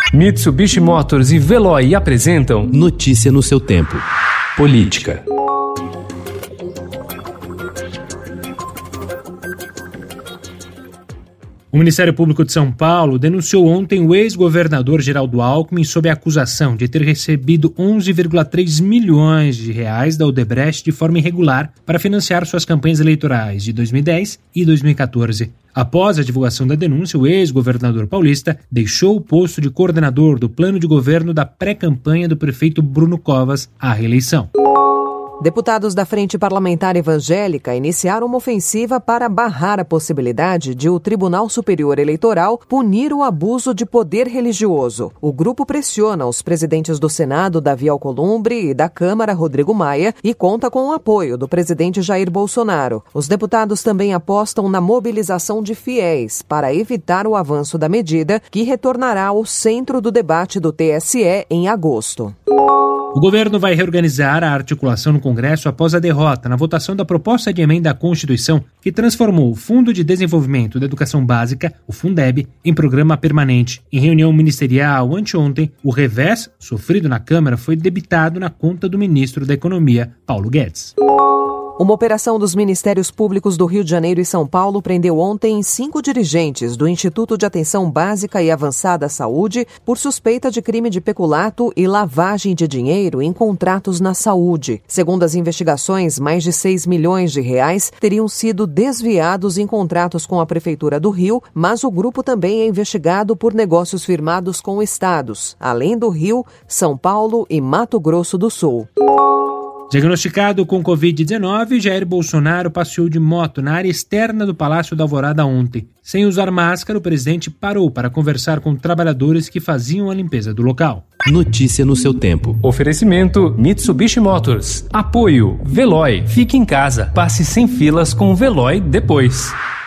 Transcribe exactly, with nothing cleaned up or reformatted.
Mitsubishi Motors e Veloy apresentam Notícia no seu tempo. Política. O Ministério Público de São Paulo denunciou ontem o ex-governador Geraldo Alckmin sob a acusação de ter recebido onze vírgula três milhões de reais da Odebrecht de forma irregular para financiar suas campanhas eleitorais de dois mil e dez e dois mil e catorze. Após a divulgação da denúncia, o ex-governador paulista deixou o posto de coordenador do plano de governo da pré-campanha do prefeito Bruno Covas à reeleição. Deputados da Frente Parlamentar Evangélica iniciaram uma ofensiva para barrar a possibilidade de o Tribunal Superior Eleitoral punir o abuso de poder religioso. O grupo pressiona os presidentes do Senado, Davi Alcolumbre, e da Câmara, Rodrigo Maia, e conta com o apoio do presidente Jair Bolsonaro. Os deputados também apostam na mobilização de fiéis para evitar o avanço da medida, que retornará ao centro do debate do T S E em agosto. O governo vai reorganizar a articulação no Congresso após a derrota na votação da proposta de emenda à Constituição que transformou o Fundo de Desenvolvimento da Educação Básica, o Fundeb, em programa permanente. Em reunião ministerial anteontem, o revés sofrido na Câmara foi debitado na conta do ministro da Economia, Paulo Guedes. Uma operação dos Ministérios Públicos do Rio de Janeiro e São Paulo prendeu ontem cinco dirigentes do Instituto de Atenção Básica e Avançada à Saúde por suspeita de crime de peculato e lavagem de dinheiro em contratos na saúde. Segundo as investigações, mais de seis milhões de reais teriam sido desviados em contratos com a Prefeitura do Rio, mas o grupo também é investigado por negócios firmados com estados, além do Rio, São Paulo e Mato Grosso do Sul. Diagnosticado com covid dezenove, Jair Bolsonaro passeou de moto na área externa do Palácio da Alvorada ontem. Sem usar máscara, o presidente parou para conversar com trabalhadores que faziam a limpeza do local. Notícia no seu tempo. Oferecimento Mitsubishi Motors. Apoio Veloy. Fique em casa. Passe sem filas com o Veloy depois.